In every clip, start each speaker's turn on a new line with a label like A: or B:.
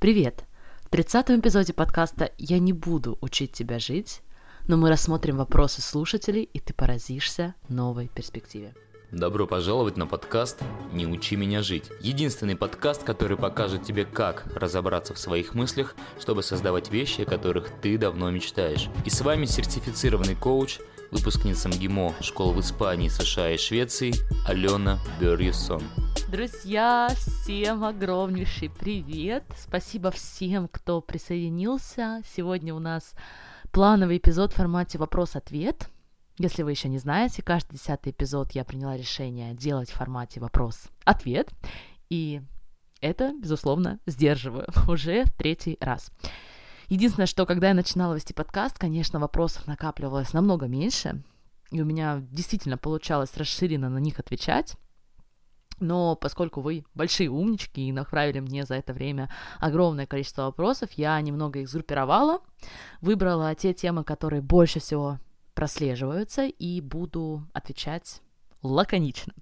A: Привет! В 30-м эпизоде подкаста «Я не буду учить тебя жить», но мы рассмотрим вопросы слушателей, и ты поразишься новой перспективе.
B: Добро пожаловать на подкаст «Не учи меня жить». Единственный подкаст, который покажет тебе, как разобраться в своих мыслях, чтобы создавать вещи, о которых ты давно мечтаешь. И с вами сертифицированный коуч, выпускница МГИМО школ в Испании, США и Швеции Алена Бёрьесон.
A: Друзья, всем огромнейший привет! Спасибо всем, кто присоединился. Сегодня у нас плановый эпизод в формате вопрос-ответ. Если вы еще не знаете, каждый 10-й эпизод я приняла решение делать в формате вопрос-ответ. И это, безусловно, сдерживаю уже в 3-й раз. Единственное, что когда я начинала вести подкаст, конечно, вопросов накапливалось намного меньше. И у меня действительно получалось расширенно на них отвечать. Но поскольку вы большие умнички и направили мне за это время огромное количество вопросов, я немного их сгруппировала, выбрала те темы, которые больше всего прослеживаются, и буду отвечать лаконично.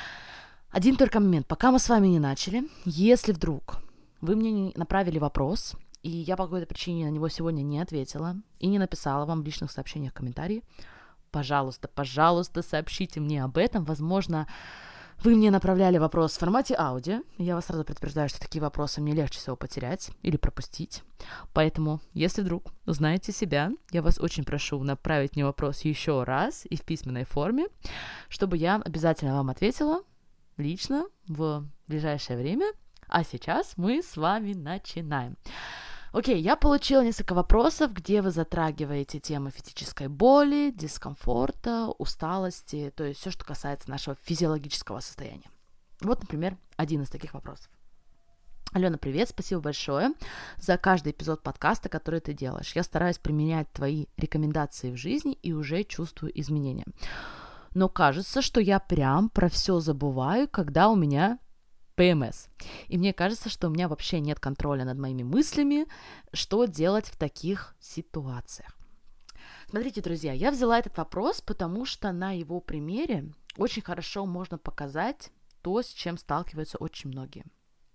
A: Один только момент. Пока мы с вами не начали, если вдруг вы мне направили вопрос, и я по какой-то причине на него сегодня не ответила и не написала вам в личных сообщениях комментарии, пожалуйста, сообщите мне об этом. Возможно, вы мне направляли вопрос в формате аудио. Я вас сразу предупреждаю, что такие вопросы мне легче всего потерять или пропустить. Поэтому, если вдруг узнаете себя, я вас очень прошу направить мне вопрос еще раз и в письменной форме, чтобы я обязательно вам ответила лично в ближайшее время. А сейчас мы с вами начинаем. Окей, я получила несколько вопросов, где вы затрагиваете темы физической боли, дискомфорта, усталости, то есть все, что касается нашего физиологического состояния. Вот, например, один из таких вопросов. Алена, привет, спасибо большое за каждый эпизод подкаста, который ты делаешь. Я стараюсь применять твои рекомендации в жизни и уже чувствую изменения. Но кажется, что я прям про все забываю, когда у меня ПМС. И мне кажется, что у меня вообще нет контроля над моими мыслями, что делать в таких ситуациях. Смотрите, друзья, я взяла этот вопрос, потому что на его примере очень хорошо можно показать то, с чем сталкиваются очень многие.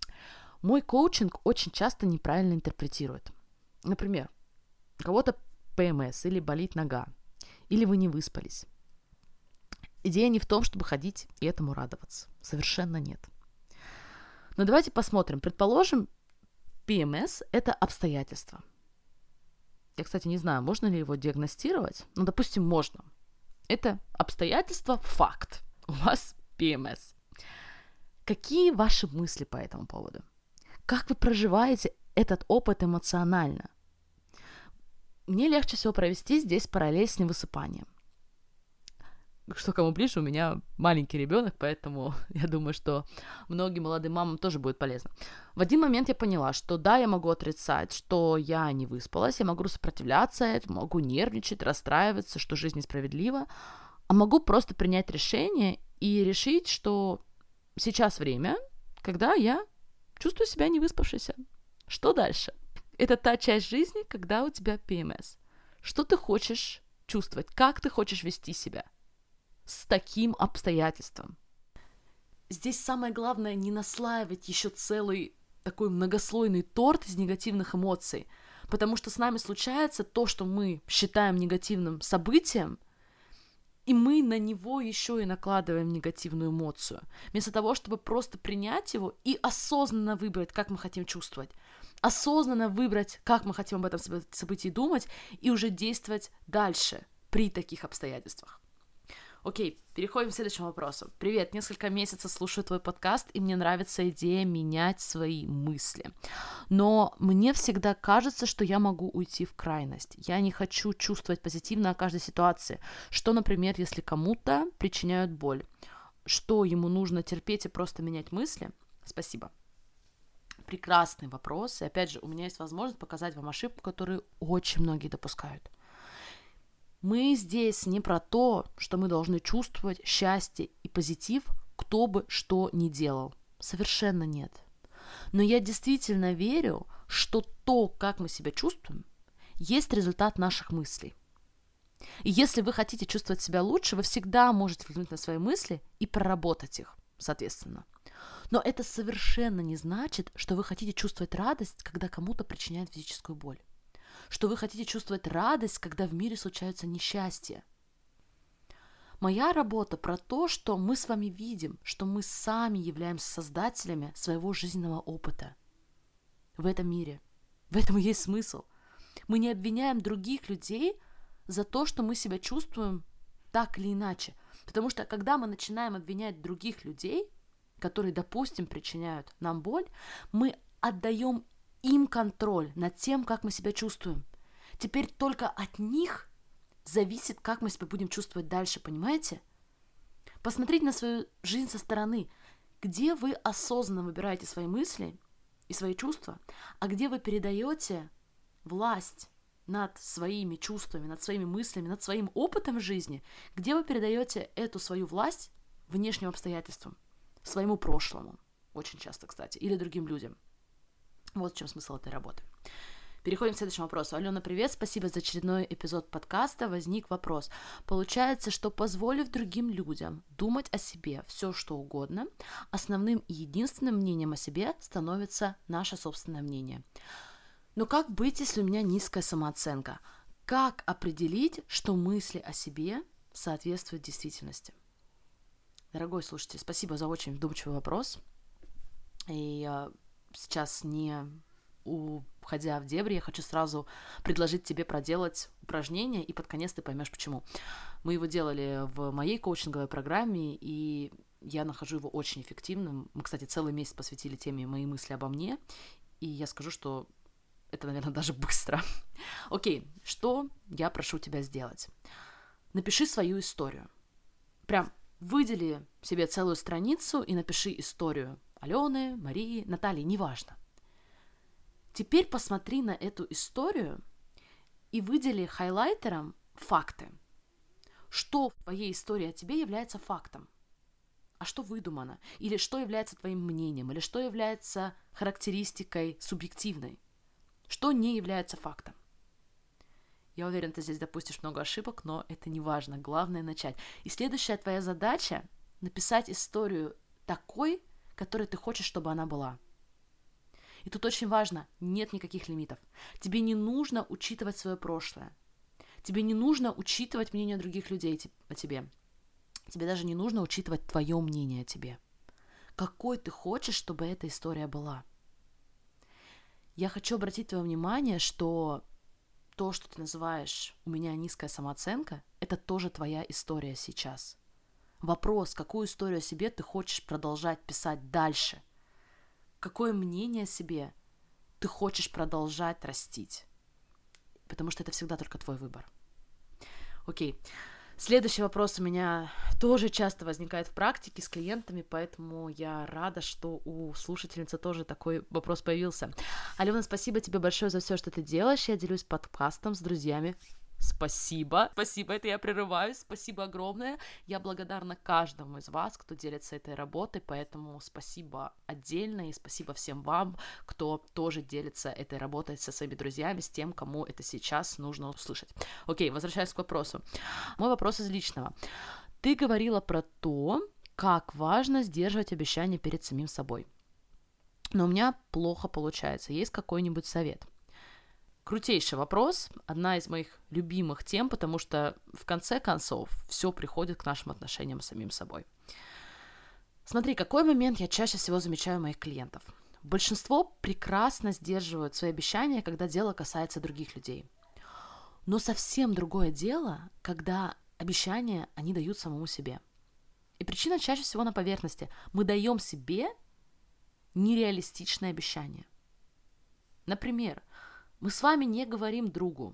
A: Мой коучинг очень часто неправильно интерпретирует. Например, у кого-то ПМС или болит нога, или вы не выспались. Идея не в том, чтобы ходить и этому радоваться. Совершенно нет. Но давайте посмотрим. Предположим, ПМС – это обстоятельство. Я, кстати, не знаю, можно ли его диагностировать. Ну, допустим, можно. Это обстоятельство – факт. У вас ПМС. Какие ваши мысли по этому поводу? Как вы проживаете этот опыт эмоционально? Мне легче всего провести здесь параллель с невысыпанием. Что кому ближе, у меня маленький ребенок, поэтому я думаю, что многим молодым мамам тоже будет полезно. В один момент я поняла, что да, я могу отрицать, что я не выспалась, я могу сопротивляться этому, могу нервничать, расстраиваться, что жизнь несправедлива, а могу просто принять решение и решить, что сейчас время, когда я чувствую себя невыспавшейся. Что дальше? Это та часть жизни, когда у тебя ПМС. Что ты хочешь чувствовать? Как ты хочешь вести себя с таким обстоятельством? Здесь самое главное не наслаивать еще целый такой многослойный торт из негативных эмоций, потому что с нами случается то, что мы считаем негативным событием, и мы на него еще и накладываем негативную эмоцию, вместо того, чтобы просто принять его и осознанно выбрать, как мы хотим чувствовать, осознанно выбрать, как мы хотим об этом событии думать, и уже действовать дальше при таких обстоятельствах. Окей, переходим к следующему вопросу. Привет, несколько месяцев слушаю твой подкаст, и мне нравится идея менять свои мысли. Но мне всегда кажется, что я могу уйти в крайность. Я не хочу чувствовать позитивно о каждой ситуации. Что, например, если кому-то причиняют боль? Что, ему нужно терпеть и просто менять мысли? Спасибо. Прекрасный вопрос. И опять же, у меня есть возможность показать вам ошибку, которую очень многие допускают. Мы здесь не про то, что мы должны чувствовать счастье и позитив, кто бы что ни делал. Совершенно нет. Но я действительно верю, что то, как мы себя чувствуем, есть результат наших мыслей. И если вы хотите чувствовать себя лучше, вы всегда можете взглянуть на свои мысли и проработать их, соответственно. Но это совершенно не значит, что вы хотите чувствовать радость, когда кому-то причиняют физическую боль. Что вы хотите чувствовать радость, когда в мире случаются несчастья. Моя работа про то, что мы с вами видим, что мы сами являемся создателями своего жизненного опыта в этом мире. В этом и есть смысл. Мы не обвиняем других людей за то, что мы себя чувствуем так или иначе. Потому что когда мы начинаем обвинять других людей, которые, допустим, причиняют нам боль, мы отдаем им контроль над тем, как мы себя чувствуем. Теперь только от них зависит, как мы себя будем чувствовать дальше, понимаете? Посмотрите на свою жизнь со стороны, где вы осознанно выбираете свои мысли и свои чувства, а где вы передаете власть над своими чувствами, над своими мыслями, над своим опытом жизни, где вы передаете эту свою власть внешним обстоятельствам, своему прошлому, очень часто, кстати, или другим людям. Вот в чем смысл этой работы. Переходим к следующему вопросу. Алена, привет, спасибо за очередной эпизод подкаста. Возник вопрос. Получается, что позволив другим людям думать о себе все, что угодно, основным и единственным мнением о себе становится наше собственное мнение. Но как быть, если у меня низкая самооценка? Как определить, что мысли о себе соответствуют действительности? Дорогой слушатель, спасибо за очень вдумчивый вопрос. И сейчас, не уходя в дебри, я хочу сразу предложить тебе проделать упражнение, и под конец ты поймешь, почему. Мы его делали в моей коучинговой программе, и я нахожу его очень эффективным. Мы, кстати, целый месяц посвятили теме «Мои мысли обо мне», и я скажу, что это, наверное, даже быстро. Окей, что я прошу тебя сделать? Напиши свою историю. Прям выдели себе целую страницу и напиши историю Алены, Марии, Натальи, неважно. Теперь посмотри на эту историю и выдели хайлайтером факты. Что в твоей истории о тебе является фактом? А что выдумано? Или что является твоим мнением? Или что является характеристикой субъективной? Что не является фактом? Я уверена, ты здесь допустишь много ошибок, но это не важно. Главное начать. И следующая твоя задача — написать историю такой, которой ты хочешь, чтобы она была. И тут очень важно, нет никаких лимитов. Тебе не нужно учитывать свое прошлое. Тебе не нужно учитывать мнение других людей о тебе. Тебе даже не нужно учитывать твое мнение о тебе. Какой ты хочешь, чтобы эта история была? Я хочу обратить твое внимание, что то, что ты называешь «у меня низкая самооценка», это тоже твоя история сейчас. Вопрос, какую историю о себе ты хочешь продолжать писать дальше? Какое мнение о себе ты хочешь продолжать растить? Потому что это всегда только твой выбор. Окей. Следующий вопрос у меня тоже часто возникает в практике с клиентами, поэтому я рада, что у слушательницы тоже такой вопрос появился. Алена, спасибо тебе большое за все, что ты делаешь. Я делюсь подкастом с друзьями. Спасибо. Спасибо, это я прерываюсь. Спасибо огромное. Я благодарна каждому из вас, кто делится этой работой, поэтому спасибо отдельно и спасибо всем вам, кто тоже делится этой работой со своими друзьями, с тем, кому это сейчас нужно услышать. Окей, возвращаясь к вопросу. Мой вопрос из личного. Ты говорила про то, как важно сдерживать обещания перед самим собой. Но у меня плохо получается. Есть какой-нибудь совет? Крутейший вопрос, одна из моих любимых тем, потому что в конце концов все приходит к нашим отношениям с самим собой. Смотри, какой момент я чаще всего замечаю у моих клиентов. Большинство прекрасно сдерживают свои обещания, когда дело касается других людей. Но совсем другое дело, когда обещания они дают самому себе. И причина чаще всего на поверхности. Мы даем себе нереалистичные обещания. Например, мы с вами не говорим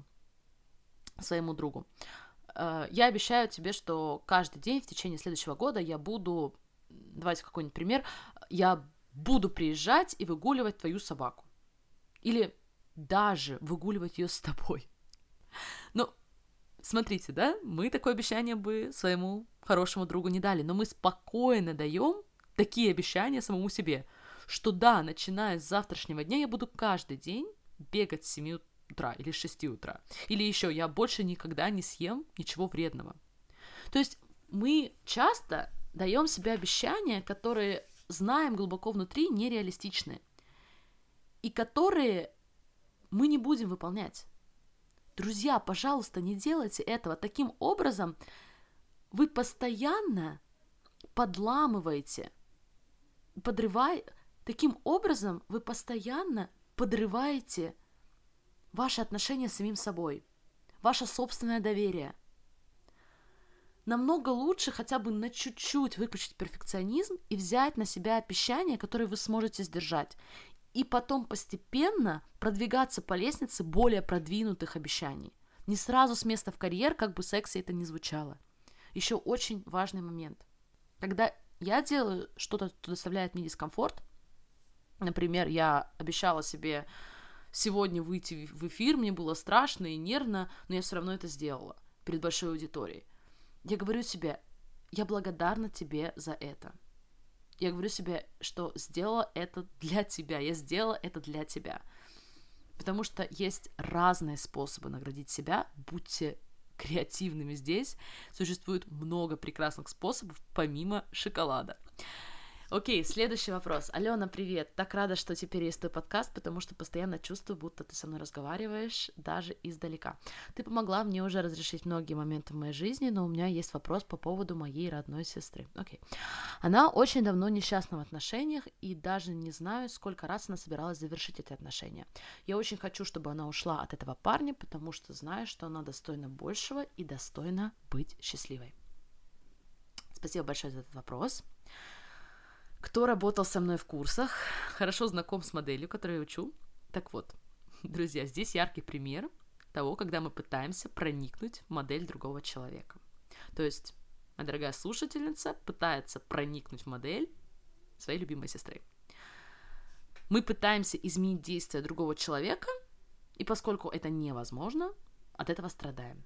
A: своему другу, я обещаю тебе, что каждый день в течение следующего года я буду, давайте какой-нибудь пример, я буду приезжать и выгуливать твою собаку. Или даже выгуливать ее с тобой. Ну, смотрите, да, мы такое обещание бы своему хорошему другу не дали, но мы спокойно даем такие обещания самому себе, что да, начиная с завтрашнего дня я буду каждый день бегать с 7 утра или с 6 утра. Или еще, я больше никогда не съем ничего вредного. То есть мы часто даем себе обещания, которые знаем глубоко внутри, нереалистичные, и которые мы не будем выполнять. Друзья, пожалуйста, не делайте этого. Таким образом, вы постоянно подламываете, таким образом вы постоянно подрываете ваши отношения с самим собой, ваше собственное доверие. Намного лучше хотя бы на чуть-чуть выключить перфекционизм и взять на себя обещания, которые вы сможете сдержать, и потом постепенно продвигаться по лестнице более продвинутых обещаний. Не сразу с места в карьер, как бы секси это ни звучало. Еще очень важный момент. Когда я делаю что-то, что доставляет мне дискомфорт, например, я обещала себе сегодня выйти в эфир, мне было страшно и нервно, но я все равно это сделала перед большой аудиторией. Я говорю себе, я благодарна тебе за это. Я говорю себе, что сделала это для тебя, я сделала это для тебя. Потому что есть разные способы наградить себя, будьте креативными здесь. Существует много прекрасных способов, помимо шоколада. Окей, следующий вопрос. Алена, привет. Так рада, что теперь есть твой подкаст, потому что постоянно чувствую, будто ты со мной разговариваешь даже издалека. Ты помогла мне уже разрешить многие моменты в моей жизни, но у меня есть вопрос по поводу моей родной сестры. Окей. Она очень давно несчастна в отношениях, и даже не знаю, сколько раз она собиралась завершить эти отношения. Я очень хочу, чтобы она ушла от этого парня, потому что знаю, что она достойна большего и достойна быть счастливой. Спасибо большое за этот вопрос. Кто работал со мной в курсах, хорошо знаком с моделью, которую я учу. Так вот, друзья, здесь яркий пример того, когда мы пытаемся проникнуть в модель другого человека. То есть, моя дорогая слушательница пытается проникнуть в модель своей любимой сестры. Мы пытаемся изменить действия другого человека, и поскольку это невозможно, от этого страдаем.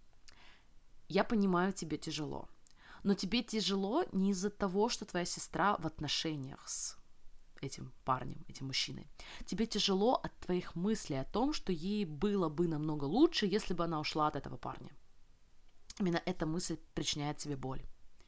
A: Я понимаю, тебе тяжело. Но тебе тяжело не из-за того, что твоя сестра в отношениях с этим парнем, этим мужчиной. Тебе тяжело от твоих мыслей о том, что ей было бы намного лучше, если бы она ушла от этого парня. Именно эта мысль причиняет тебе боль.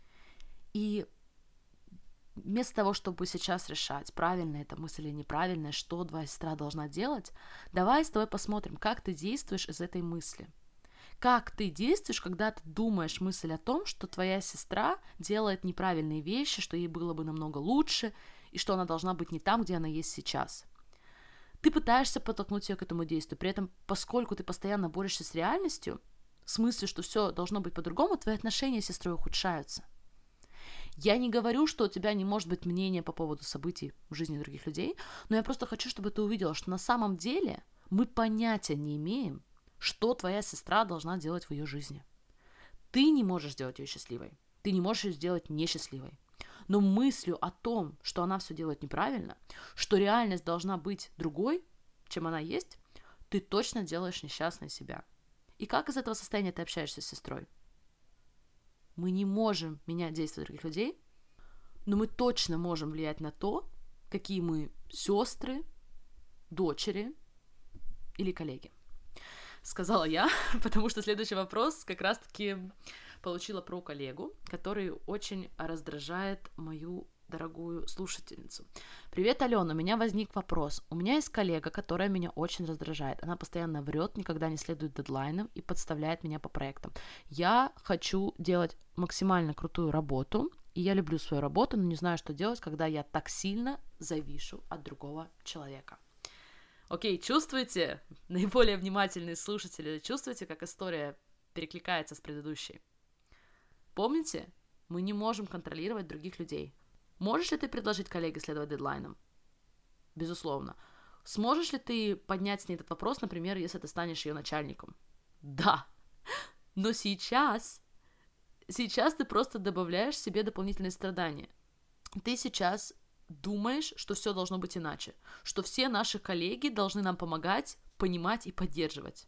A: И вместо того, чтобы сейчас решать, правильная эта мысль или неправильная, что твоя сестра должна делать, давай с тобой посмотрим, как ты действуешь из этой мысли. Как ты действуешь, когда ты думаешь мысль о том, что твоя сестра делает неправильные вещи, что ей было бы намного лучше, и что она должна быть не там, где она есть сейчас. Ты пытаешься подтолкнуть ее к этому действию, при этом, поскольку ты постоянно борешься с реальностью, с мыслью, что все должно быть по-другому, твои отношения с сестрой ухудшаются. Я не говорю, что у тебя не может быть мнения по поводу событий в жизни других людей, но я просто хочу, чтобы ты увидела, что на самом деле мы понятия не имеем, что твоя сестра должна делать в ее жизни. Ты не можешь сделать ее счастливой. Ты не можешь ее сделать несчастливой. Но мыслью о том, что она все делает неправильно, что реальность должна быть другой, чем она есть, ты точно делаешь несчастной себя. И как из этого состояния ты общаешься с сестрой? Мы не можем менять действия других людей, но мы точно можем влиять на то, какие мы сестры, дочери или коллеги. Сказала я, потому что следующий вопрос как раз-таки получила про коллегу, который очень раздражает мою дорогую слушательницу. Привет, Алена, у меня возник вопрос. У меня есть коллега, которая меня очень раздражает. Она постоянно врет, никогда не следует дедлайнам и подставляет меня по проектам. Я хочу делать максимально крутую работу, и я люблю свою работу, но не знаю, что делать, когда я так сильно завишу от другого человека. Окей, чувствуете, наиболее внимательные слушатели, чувствуете, как история перекликается с предыдущей? Помните, мы не можем контролировать других людей. Можешь ли ты предложить коллеге следовать дедлайнам? Безусловно. Сможешь ли ты поднять с ней этот вопрос, например, если ты станешь ее начальником? Да. Но сейчас ты просто добавляешь себе дополнительные страдания. Ты сейчас думаешь, что все должно быть иначе, что все наши коллеги должны нам помогать, понимать и поддерживать.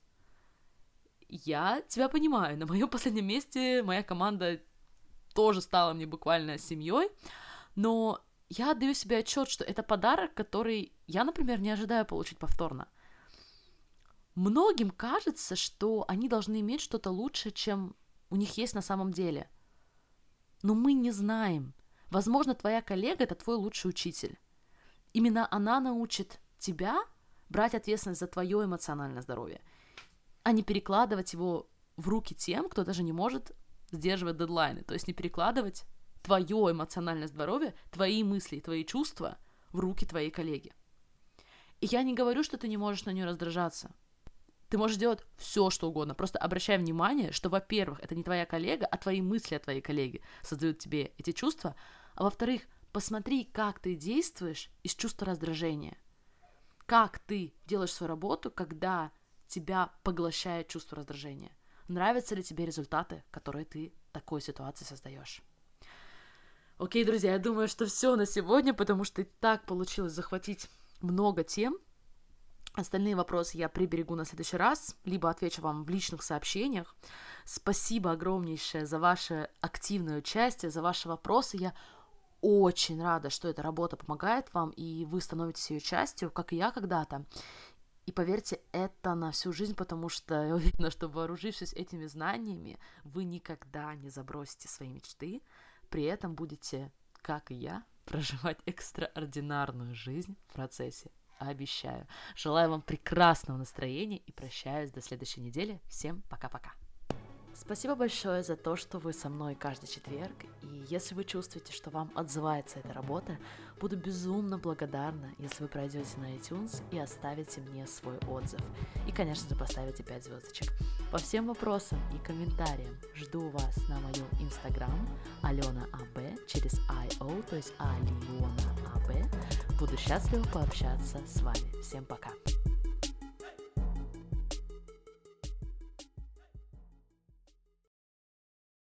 A: Я тебя понимаю, на моем последнем месте моя команда тоже стала мне буквально семьей, но я отдаю себе отчет, что это подарок, который я, например, не ожидаю получить повторно. Многим кажется, что они должны иметь что-то лучше, чем у них есть на самом деле. Но мы не знаем. Возможно, твоя коллега – это твой лучший учитель. Именно она научит тебя брать ответственность за твое эмоциональное здоровье, а не перекладывать его в руки тем, кто даже не может сдерживать дедлайны. То есть не перекладывать твое эмоциональное здоровье, твои мысли, твои чувства в руки твоей коллеги. И я не говорю, что ты не можешь на нее раздражаться. Ты можешь делать все, что угодно. Просто обращай внимание, что, во-первых, это не твоя коллега, а твои мысли о твоей коллеге создают тебе эти чувства. А во-вторых, посмотри, как ты действуешь из чувства раздражения. Как ты делаешь свою работу, когда тебя поглощает чувство раздражения. Нравятся ли тебе результаты, которые ты в такой ситуации создаешь? Окей, друзья, я думаю, что все на сегодня, потому что и так получилось захватить много тем. Остальные вопросы я приберегу на следующий раз, либо отвечу вам в личных сообщениях. Спасибо огромнейшее за ваше активное участие, за ваши вопросы. Я очень рада, что эта работа помогает вам, и вы становитесь ее частью, как и я когда-то. И поверьте, это на всю жизнь, потому что я уверена, что, вооружившись этими знаниями, вы никогда не забросите свои мечты, при этом будете, как и я, проживать экстраординарную жизнь в процессе. Обещаю. Желаю вам прекрасного настроения и прощаюсь до следующей недели. Всем пока-пока. Спасибо большое за то, что вы со мной каждый четверг, и если вы чувствуете, что вам отзывается эта работа, буду безумно благодарна, если вы пройдете на iTunes и оставите мне свой отзыв. И, конечно же, поставите 5 звездочек. По всем вопросам и комментариям жду вас на моем Instagram Алена АБ через IO, то есть Алена АБ. Буду счастлива пообщаться с вами. Всем пока!